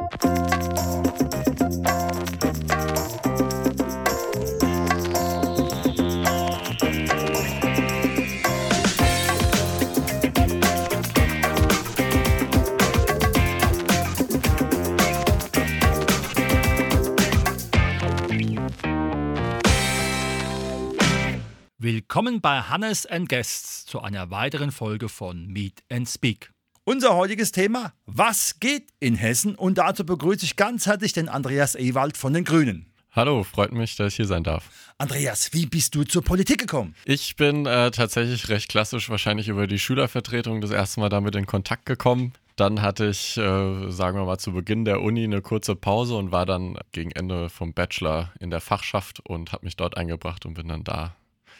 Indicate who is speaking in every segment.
Speaker 1: Willkommen bei Hannes & Guests zu einer weiteren Folge von Meet and Speak.
Speaker 2: Unser heutiges Thema: Was geht in Hessen? Und dazu begrüße ich ganz herzlich den Andreas Ewald von den Grünen.
Speaker 3: Hallo, freut mich, dass ich hier sein darf.
Speaker 2: Andreas, wie bist du zur Politik gekommen?
Speaker 3: Ich bin tatsächlich recht klassisch wahrscheinlich über die Schülervertretung das erste Mal damit in Kontakt gekommen. Dann hatte ich, sagen wir mal, zu Beginn der Uni eine kurze Pause und war dann gegen Ende vom Bachelor in der Fachschaft und habe mich dort eingebracht und bin dann da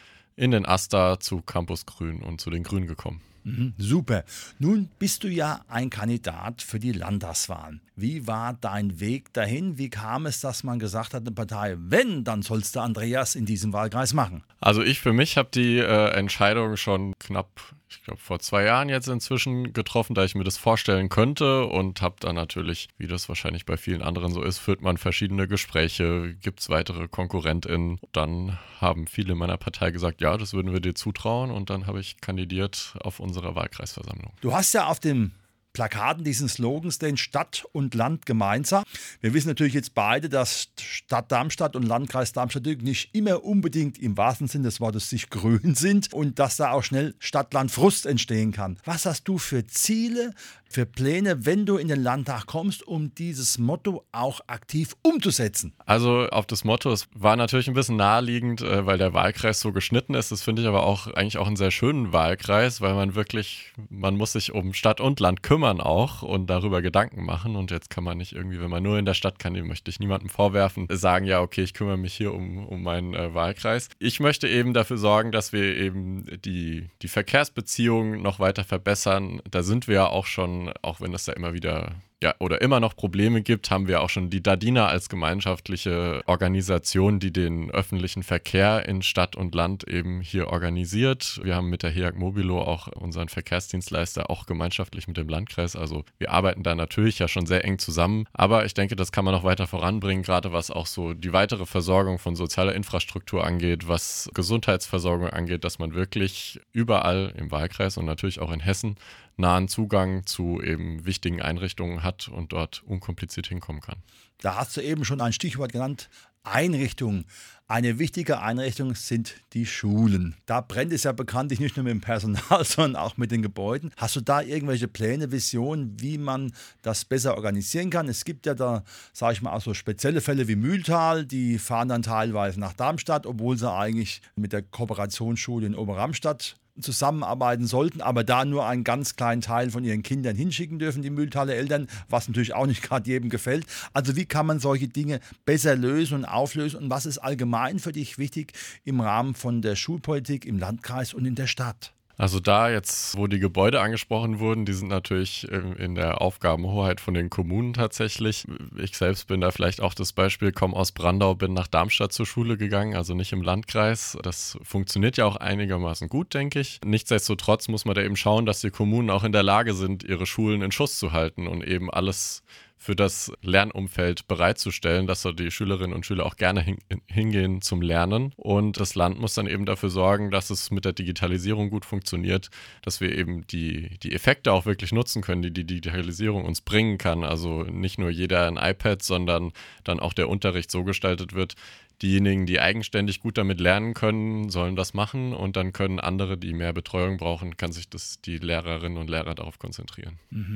Speaker 3: in den AStA zu Campus Grün und zu den Grünen gekommen.
Speaker 2: Super. Nun bist du ja ein Kandidat für die Landtagswahlen. Wie war dein Weg dahin? Wie kam es, dass man gesagt hat, eine Partei, wenn, dann sollst du Andreas in diesem Wahlkreis machen?
Speaker 3: Also ich für mich habe die Entscheidung schon knapp, ich glaube vor 2 Jahren jetzt inzwischen getroffen, da ich mir das vorstellen könnte und habe dann natürlich, wie das wahrscheinlich bei vielen anderen so ist, führt man verschiedene Gespräche, gibt es weitere KonkurrentInnen. Dann haben viele in meiner Partei gesagt, ja, das würden wir dir zutrauen und dann habe ich kandidiert auf unserer Wahlkreisversammlung.
Speaker 2: Du hast ja auf dem Plakaten diesen Slogans, den Stadt und Land gemeinsam. Wir wissen natürlich jetzt beide, dass Stadt Darmstadt und Landkreis Darmstadt nicht immer unbedingt im wahrsten Sinne des Wortes sich grün sind und dass da auch schnell Stadt-Land-Frust entstehen kann. Was hast du für Ziele, für Pläne, wenn du in den Landtag kommst, um dieses Motto auch aktiv umzusetzen?
Speaker 3: Also auf das Motto, es war natürlich ein bisschen naheliegend, weil der Wahlkreis so geschnitten ist. Das finde ich aber auch eigentlich auch einen sehr schönen Wahlkreis, weil man muss sich um Stadt und Land kümmern auch und darüber Gedanken machen. Und jetzt kann man nicht irgendwie, wenn man nur in der Stadt kann, dem möchte ich niemandem vorwerfen, sagen, ja, okay, ich kümmere mich hier um meinen Wahlkreis. Ich möchte eben dafür sorgen, dass wir eben die Verkehrsbeziehungen noch weiter verbessern. Da sind wir ja auch schon, auch wenn es da immer wieder oder immer noch Probleme gibt, haben wir auch schon die DADINA als gemeinschaftliche Organisation, die den öffentlichen Verkehr in Stadt und Land eben hier organisiert. Wir haben mit der HEAG Mobilo auch unseren Verkehrsdienstleister auch gemeinschaftlich mit dem Landkreis. Also wir arbeiten da natürlich ja schon sehr eng zusammen. Aber ich denke, das kann man noch weiter voranbringen, gerade was auch so die weitere Versorgung von sozialer Infrastruktur angeht, was Gesundheitsversorgung angeht, dass man wirklich überall im Wahlkreis und natürlich auch in Hessen nahen Zugang zu eben wichtigen Einrichtungen hat und dort unkompliziert hinkommen kann.
Speaker 2: Da hast du eben schon ein Stichwort genannt: Einrichtungen. Eine wichtige Einrichtung sind die Schulen. Da brennt es ja bekanntlich nicht nur mit dem Personal, sondern auch mit den Gebäuden. Hast du da irgendwelche Pläne, Visionen, wie man das besser organisieren kann? Es gibt ja da, sage ich mal, auch so spezielle Fälle wie Mühltal, die fahren dann teilweise nach Darmstadt, obwohl sie eigentlich mit der Kooperationsschule in Oberramstadt zusammenarbeiten sollten, aber da nur einen ganz kleinen Teil von ihren Kindern hinschicken dürfen, die Mühltaler Eltern, was natürlich auch nicht gerade jedem gefällt. Also wie kann man solche Dinge besser lösen und auflösen und was ist allgemein für dich wichtig im Rahmen von der Schulpolitik im Landkreis und in der Stadt?
Speaker 3: Also da jetzt, wo die Gebäude angesprochen wurden, die sind natürlich in der Aufgabenhoheit von den Kommunen tatsächlich. Ich selbst bin da vielleicht auch das Beispiel, komme aus Brandau, bin nach Darmstadt zur Schule gegangen, also nicht im Landkreis. Das funktioniert ja auch einigermaßen gut, denke ich. Nichtsdestotrotz muss man da eben schauen, dass die Kommunen auch in der Lage sind, ihre Schulen in Schuss zu halten und eben alles für das Lernumfeld bereitzustellen, dass so die Schülerinnen und Schüler auch gerne hingehen zum Lernen. Und das Land muss dann eben dafür sorgen, dass es mit der Digitalisierung gut funktioniert, dass wir eben die Effekte auch wirklich nutzen können, die die Digitalisierung uns bringen kann. Also nicht nur jeder ein iPad, sondern dann auch der Unterricht so gestaltet wird, diejenigen, die eigenständig gut damit lernen können, sollen das machen und dann können andere, die mehr Betreuung brauchen, kann sich die Lehrerinnen und Lehrer darauf konzentrieren.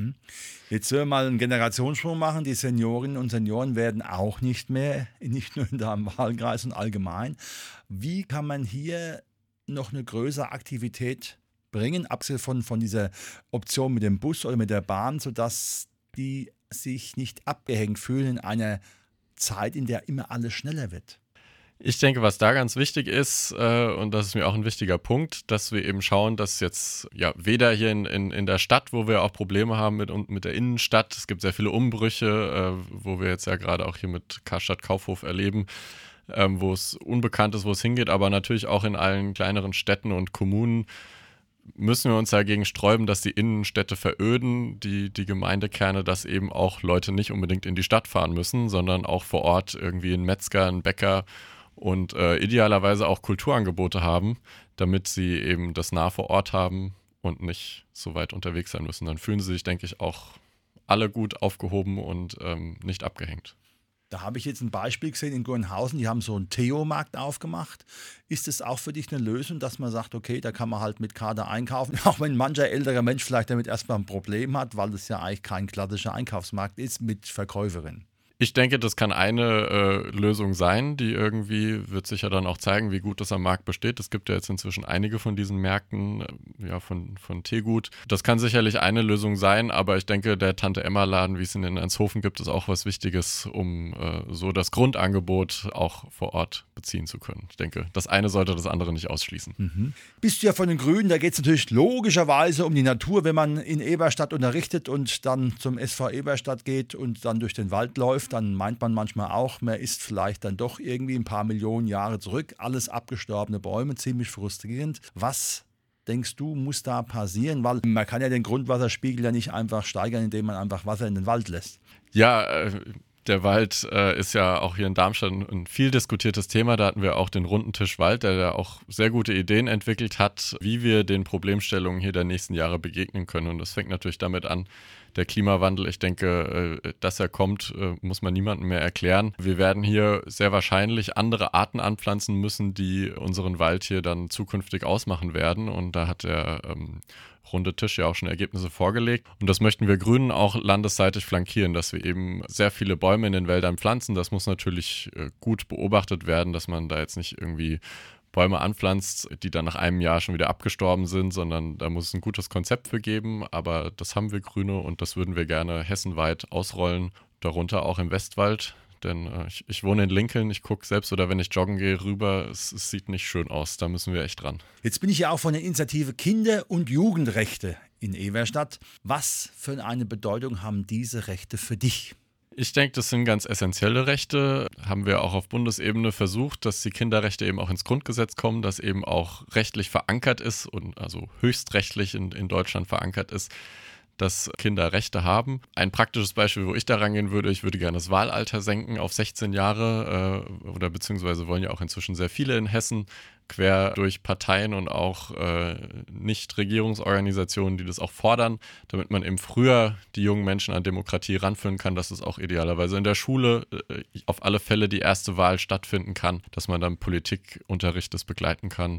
Speaker 2: Jetzt sollen wir mal einen Generationssprung machen. Die Seniorinnen und Senioren werden auch nicht mehr, nicht nur in deinem Wahlkreis und allgemein. Wie kann man hier noch eine größere Aktivität bringen, abgesehen von dieser Option mit dem Bus oder mit der Bahn, sodass die sich nicht abgehängt fühlen in einer Zeit, in der immer alles schneller wird?
Speaker 3: Ich denke, was da ganz wichtig ist, und das ist mir auch ein wichtiger Punkt, dass wir eben schauen, dass jetzt weder hier in der Stadt, wo wir auch Probleme haben mit der Innenstadt, es gibt sehr viele Umbrüche, wo wir jetzt ja gerade auch hier mit Karstadt Kaufhof erleben, wo es unbekannt ist, wo es hingeht, aber natürlich auch in allen kleineren Städten und Kommunen müssen wir uns dagegen sträuben, dass die Innenstädte veröden, die Gemeindekerne, dass eben auch Leute nicht unbedingt in die Stadt fahren müssen, sondern auch vor Ort irgendwie einen Metzger, einen Bäcker und idealerweise auch Kulturangebote haben, damit sie eben das nah vor Ort haben und nicht so weit unterwegs sein müssen. Dann fühlen sie sich, denke ich, auch alle gut aufgehoben und nicht abgehängt.
Speaker 2: Da habe ich jetzt ein Beispiel gesehen in Gurnhausen, die haben so einen Theo-Markt aufgemacht. Ist es auch für dich eine Lösung, dass man sagt, okay, da kann man halt mit Karte einkaufen, auch wenn mancher älterer Mensch vielleicht damit erstmal ein Problem hat, weil das ja eigentlich kein klassischer Einkaufsmarkt ist mit Verkäuferin?
Speaker 3: Ich denke, das kann eine Lösung sein, die irgendwie wird sicher dann auch zeigen, wie gut das am Markt besteht. Es gibt ja jetzt inzwischen einige von diesen Märkten, von Teegut. Das kann sicherlich eine Lösung sein, aber ich denke, der Tante-Emma-Laden, wie es ihn in Enshofen gibt, ist auch was Wichtiges, um so das Grundangebot auch vor Ort beziehen zu können. Ich denke, das eine sollte das andere nicht ausschließen.
Speaker 2: Mhm. Bist du ja von den Grünen, da geht es natürlich logischerweise um die Natur, wenn man in Eberstadt unterrichtet und dann zum SV Eberstadt geht und dann durch den Wald läuft, dann meint man manchmal auch, man ist vielleicht dann doch irgendwie ein paar Millionen Jahre zurück. Alles abgestorbene Bäume, ziemlich frustrierend. Was denkst du, muss da passieren? Weil man kann ja den Grundwasserspiegel ja nicht einfach steigern, indem man einfach Wasser in den Wald lässt.
Speaker 3: Ja, der Wald ist ja auch hier in Darmstadt ein viel diskutiertes Thema. Da hatten wir auch den runden Tisch Wald, der da auch sehr gute Ideen entwickelt hat, wie wir den Problemstellungen hier der nächsten Jahre begegnen können. Und das fängt natürlich damit an, der Klimawandel, ich denke, dass er kommt, muss man niemandem mehr erklären. Wir werden hier sehr wahrscheinlich andere Arten anpflanzen müssen, die unseren Wald hier dann zukünftig ausmachen werden. Und da hat der runde Tisch ja auch schon Ergebnisse vorgelegt. Und das möchten wir Grünen auch landesseitig flankieren, dass wir eben sehr viele Bäume in den Wäldern pflanzen. Das muss natürlich gut beobachtet werden, dass man da jetzt nicht irgendwie Bäume anpflanzt, die dann nach einem Jahr schon wieder abgestorben sind, sondern da muss es ein gutes Konzept für geben. Aber das haben wir Grüne und das würden wir gerne hessenweit ausrollen, darunter auch im Westwald. Denn ich wohne in Lincoln, ich gucke selbst oder wenn ich joggen gehe rüber, es sieht nicht schön aus, da müssen wir echt dran.
Speaker 2: Jetzt bin ich ja auch von der Initiative Kinder- und Jugendrechte in Eberstadt. Was für eine Bedeutung haben diese Rechte für dich?
Speaker 3: Ich denke, das sind ganz essentielle Rechte. Haben wir auch auf Bundesebene versucht, dass die Kinderrechte eben auch ins Grundgesetz kommen, dass eben auch rechtlich verankert ist und also höchstrechtlich in Deutschland verankert ist, dass Kinder Rechte haben. Ein praktisches Beispiel, wo ich da rangehen würde, ich würde gerne das Wahlalter senken auf 16 Jahre oder beziehungsweise wollen ja auch inzwischen sehr viele in Hessen, quer durch Parteien und auch Nichtregierungsorganisationen, die das auch fordern, damit man eben früher die jungen Menschen an Demokratie ranführen kann, dass es auch idealerweise in der Schule auf alle Fälle die erste Wahl stattfinden kann, dass man dann Politikunterricht das begleiten kann,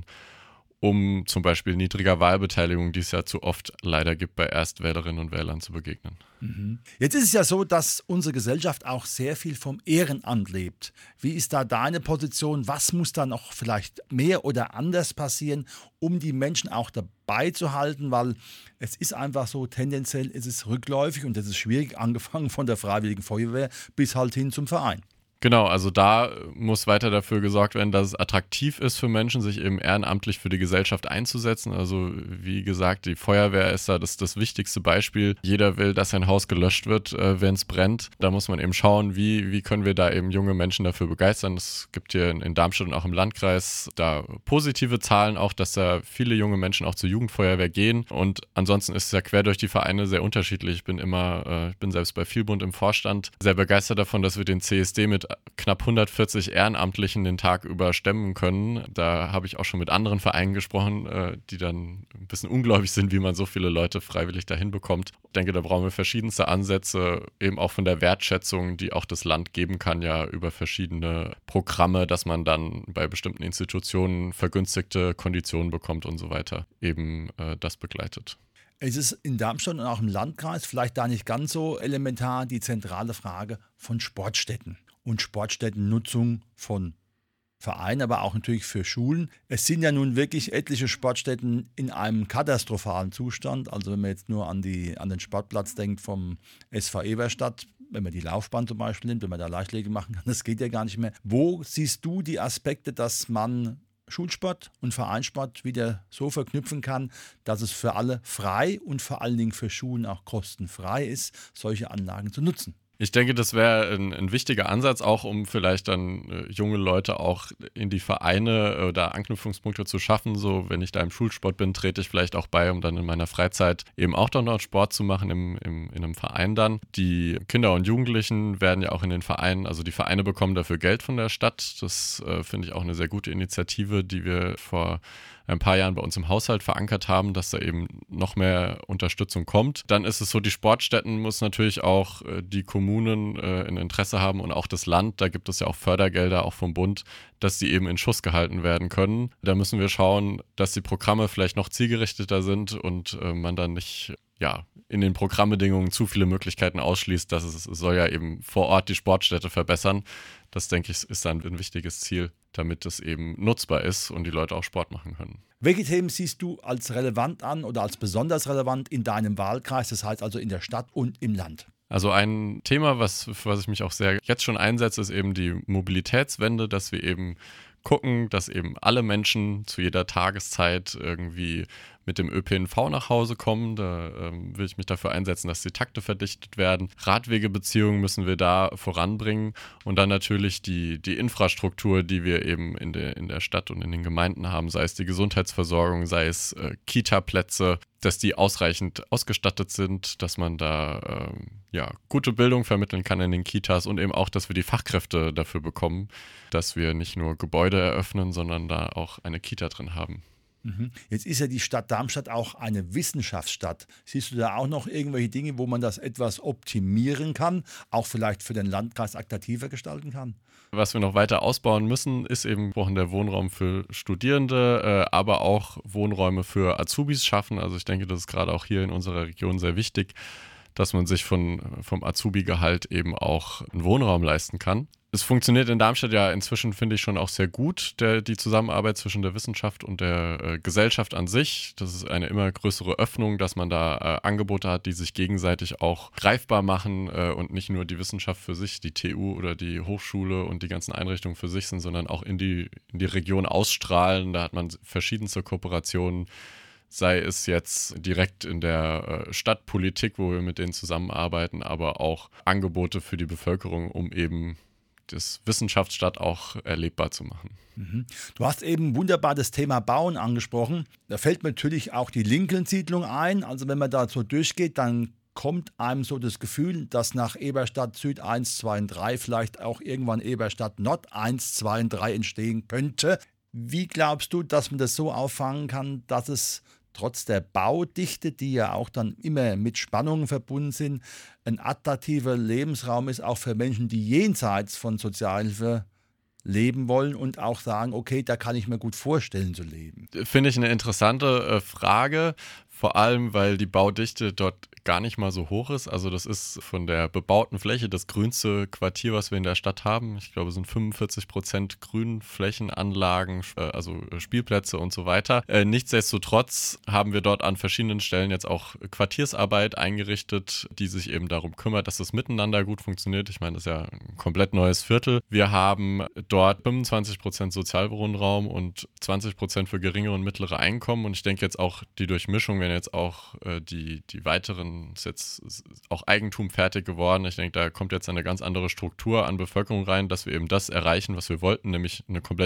Speaker 3: um zum Beispiel niedriger Wahlbeteiligung, die es ja zu oft leider gibt, bei Erstwählerinnen und Wählern zu begegnen.
Speaker 2: Jetzt ist es ja so, dass unsere Gesellschaft auch sehr viel vom Ehrenamt lebt. Wie ist da deine Position? Was muss da noch vielleicht mehr oder anders passieren, um die Menschen auch dabei zu halten? Weil es ist einfach so, tendenziell ist es rückläufig und das ist schwierig, angefangen von der Freiwilligen Feuerwehr bis halt hin zum Verein.
Speaker 3: Genau, also da muss weiter dafür gesorgt werden, dass es attraktiv ist für Menschen, sich eben ehrenamtlich für die Gesellschaft einzusetzen. Also wie gesagt, die Feuerwehr ist da das wichtigste Beispiel. Jeder will, dass sein Haus gelöscht wird, wenn es brennt. Da muss man eben schauen, wie können wir da eben junge Menschen dafür begeistern. Es gibt hier in Darmstadt und auch im Landkreis da positive Zahlen auch, dass da viele junge Menschen auch zur Jugendfeuerwehr gehen. Und ansonsten ist es ja quer durch die Vereine sehr unterschiedlich. Ich bin selbst bei Vielbund im Vorstand sehr begeistert davon, dass wir den CSD mit knapp 140 Ehrenamtlichen den Tag über stemmen können. Da habe ich auch schon mit anderen Vereinen gesprochen, die dann ein bisschen ungläubig sind, wie man so viele Leute freiwillig dahin bekommt. Ich denke, da brauchen wir verschiedenste Ansätze, eben auch von der Wertschätzung, die auch das Land geben kann, ja über verschiedene Programme, dass man dann bei bestimmten Institutionen vergünstigte Konditionen bekommt und so weiter, eben das begleitet.
Speaker 2: Es ist in Darmstadt und auch im Landkreis vielleicht da nicht ganz so elementar die zentrale Frage von Sportstätten und Sportstättennutzung von Vereinen, aber auch natürlich für Schulen. Es sind ja nun wirklich etliche Sportstätten in einem katastrophalen Zustand. Also wenn man jetzt nur an den Sportplatz denkt vom SV Eberstadt, wenn man die Laufbahn zum Beispiel nimmt, wenn man da Leichtathletik machen kann, das geht ja gar nicht mehr. Wo siehst du die Aspekte, dass man Schulsport und Vereinssport wieder so verknüpfen kann, dass es für alle frei und vor allen Dingen für Schulen auch kostenfrei ist, solche Anlagen zu nutzen?
Speaker 3: Ich denke, das wäre ein wichtiger Ansatz, auch um vielleicht dann junge Leute auch in die Vereine oder Anknüpfungspunkte zu schaffen. So, wenn ich da im Schulsport bin, trete ich vielleicht auch bei, um dann in meiner Freizeit eben auch noch Sport zu machen in einem Verein dann. Die Kinder und Jugendlichen werden ja auch in den Vereinen, also die Vereine bekommen dafür Geld von der Stadt. Das finde ich auch eine sehr gute Initiative, die wir vor ein paar Jahren bei uns im Haushalt verankert haben, dass da eben noch mehr Unterstützung kommt. Dann ist es so, die Sportstätten muss natürlich auch die Kommunen ein Interesse haben und auch das Land. Da gibt es ja auch Fördergelder, auch vom Bund, dass die eben in Schuss gehalten werden können. Da müssen wir schauen, dass die Programme vielleicht noch zielgerichteter sind und man dann nicht in den Programmbedingungen zu viele Möglichkeiten ausschließt, dass es soll ja eben vor Ort die Sportstätte verbessern. Das, denke ich, ist dann ein wichtiges Ziel, damit es eben nutzbar ist und die Leute auch Sport machen können.
Speaker 2: Welche Themen siehst du als relevant an oder als besonders relevant in deinem Wahlkreis, das heißt also in der Stadt und im Land?
Speaker 3: Also ein Thema, für was ich mich auch sehr jetzt schon einsetze, ist eben die Mobilitätswende, dass wir eben gucken, dass eben alle Menschen zu jeder Tageszeit irgendwie mit dem ÖPNV nach Hause kommen. Da will ich mich dafür einsetzen, dass die Takte verdichtet werden. Radwegebeziehungen müssen wir da voranbringen und dann natürlich die Infrastruktur, die wir eben in der Stadt und in den Gemeinden haben, sei es die Gesundheitsversorgung, sei es Kita-Plätze, dass die ausreichend ausgestattet sind, dass man da gute Bildung vermitteln kann in den Kitas und eben auch, dass wir die Fachkräfte dafür bekommen, dass wir nicht nur Gebäude eröffnen, sondern da auch eine Kita drin haben.
Speaker 2: Jetzt ist ja die Stadt Darmstadt auch eine Wissenschaftsstadt. Siehst du da auch noch irgendwelche Dinge, wo man das etwas optimieren kann, auch vielleicht für den Landkreis attraktiver gestalten kann?
Speaker 3: Was wir noch weiter ausbauen müssen, ist eben der Wohnraum für Studierende, aber auch Wohnräume für Azubis schaffen. Also ich denke, das ist gerade auch hier in unserer Region sehr wichtig, dass man sich vom Azubi-Gehalt eben auch einen Wohnraum leisten kann. Es funktioniert in Darmstadt ja inzwischen, finde ich, schon auch sehr gut, die Zusammenarbeit zwischen der Wissenschaft und der Gesellschaft an sich. Das ist eine immer größere Öffnung, dass man da Angebote hat, die sich gegenseitig auch greifbar machen und nicht nur die Wissenschaft für sich, die TU oder die Hochschule und die ganzen Einrichtungen für sich sind, sondern auch in die Region ausstrahlen. Da hat man verschiedenste Kooperationen, sei es jetzt direkt in der Stadtpolitik, wo wir mit denen zusammenarbeiten, aber auch Angebote für die Bevölkerung, um eben das Wissenschaftsstadt auch erlebbar zu machen.
Speaker 2: Du hast eben wunderbar das Thema Bauen angesprochen. Da fällt mir natürlich auch die Lincoln-Siedlung ein. Also wenn man da so durchgeht, dann kommt einem so das Gefühl, dass nach Eberstadt Süd 1, 2 und 3 vielleicht auch irgendwann Eberstadt Nord 1, 2 und 3 entstehen könnte. Wie glaubst du, dass man das so auffangen kann, dass es trotz der Baudichte, die ja auch dann immer mit Spannungen verbunden sind, ein attraktiver Lebensraum ist, auch für Menschen, die jenseits von Sozialhilfe leben wollen und auch sagen, okay, da kann ich mir gut vorstellen zu leben?
Speaker 3: Finde ich eine interessante Frage, vor allem, weil die Baudichte dort gar nicht mal so hoch ist. Also das ist von der bebauten Fläche das grünste Quartier, was wir in der Stadt haben. Ich glaube, es sind 45% Grünflächenanlagen, also Spielplätze und so weiter. Nichtsdestotrotz haben wir dort an verschiedenen Stellen jetzt auch Quartiersarbeit eingerichtet, die sich eben darum kümmert, dass das miteinander gut funktioniert. Ich meine, das ist ja ein komplett neues Viertel. Wir haben dort 25% Sozialwohnraum und 20% für geringere und mittlere Einkommen. Und ich denke jetzt auch die Durchmischung, wenn jetzt auch die weiteren, ist jetzt auch Eigentum fertig geworden. Ich denke, da kommt jetzt eine ganz andere Struktur an Bevölkerung rein, dass wir eben das erreichen, was wir wollten, nämlich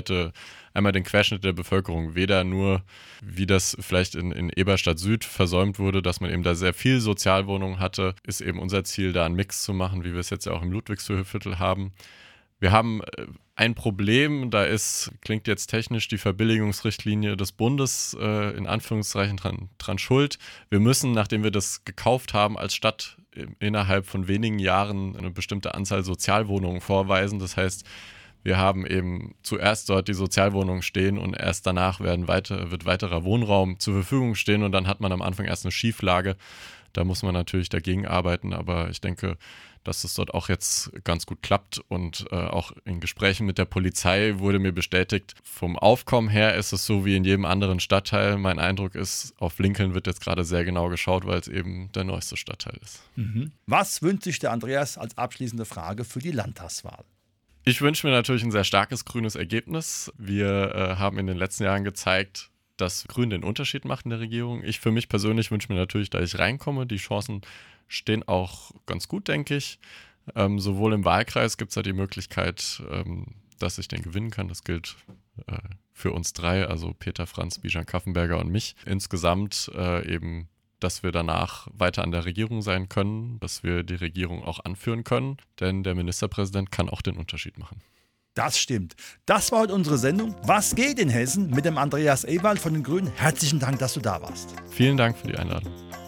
Speaker 3: einmal den Querschnitt der Bevölkerung. Weder nur, wie das vielleicht in Eberstadt Süd versäumt wurde, dass man eben da sehr viel Sozialwohnungen hatte, ist eben unser Ziel, da einen Mix zu machen, wie wir es jetzt ja auch im Ludwigshöhe-Viertel haben. Wir haben ein Problem, klingt jetzt technisch die Verbilligungsrichtlinie des Bundes in Anführungszeichen dran schuld. Wir müssen, nachdem wir das gekauft haben als Stadt, innerhalb von wenigen Jahren eine bestimmte Anzahl Sozialwohnungen vorweisen. Das heißt, wir haben eben zuerst dort die Sozialwohnungen stehen und erst danach wird weiterer Wohnraum zur Verfügung stehen und dann hat man am Anfang erst eine Schieflage. Da muss man natürlich dagegen arbeiten, aber ich denke, dass es dort auch jetzt ganz gut klappt und auch in Gesprächen mit der Polizei wurde mir bestätigt, vom Aufkommen her ist es so wie in jedem anderen Stadtteil. Mein Eindruck ist, auf Lincoln wird jetzt gerade sehr genau geschaut, weil es eben der neueste Stadtteil ist.
Speaker 2: Was wünscht sich der Andreas als abschließende Frage für die Landtagswahl?
Speaker 3: Ich wünsche mir natürlich ein sehr starkes grünes Ergebnis. Wir haben in den letzten Jahren gezeigt, dass Grün den Unterschied macht in der Regierung. Ich für mich persönlich wünsche mir natürlich, dass ich reinkomme. Die Chancen stehen auch ganz gut, denke ich. Sowohl im Wahlkreis gibt es ja die Möglichkeit, dass ich den gewinnen kann. Das gilt für uns 3, also Peter, Franz, Bijan Kaffenberger und mich. Insgesamt eben, dass wir danach weiter an der Regierung sein können, dass wir die Regierung auch anführen können, denn der Ministerpräsident kann auch den Unterschied machen.
Speaker 2: Das stimmt. Das war heute unsere Sendung. Was geht in Hessen mit dem Andreas Ewald von den Grünen? Herzlichen Dank, dass du da warst.
Speaker 3: Vielen Dank für die Einladung.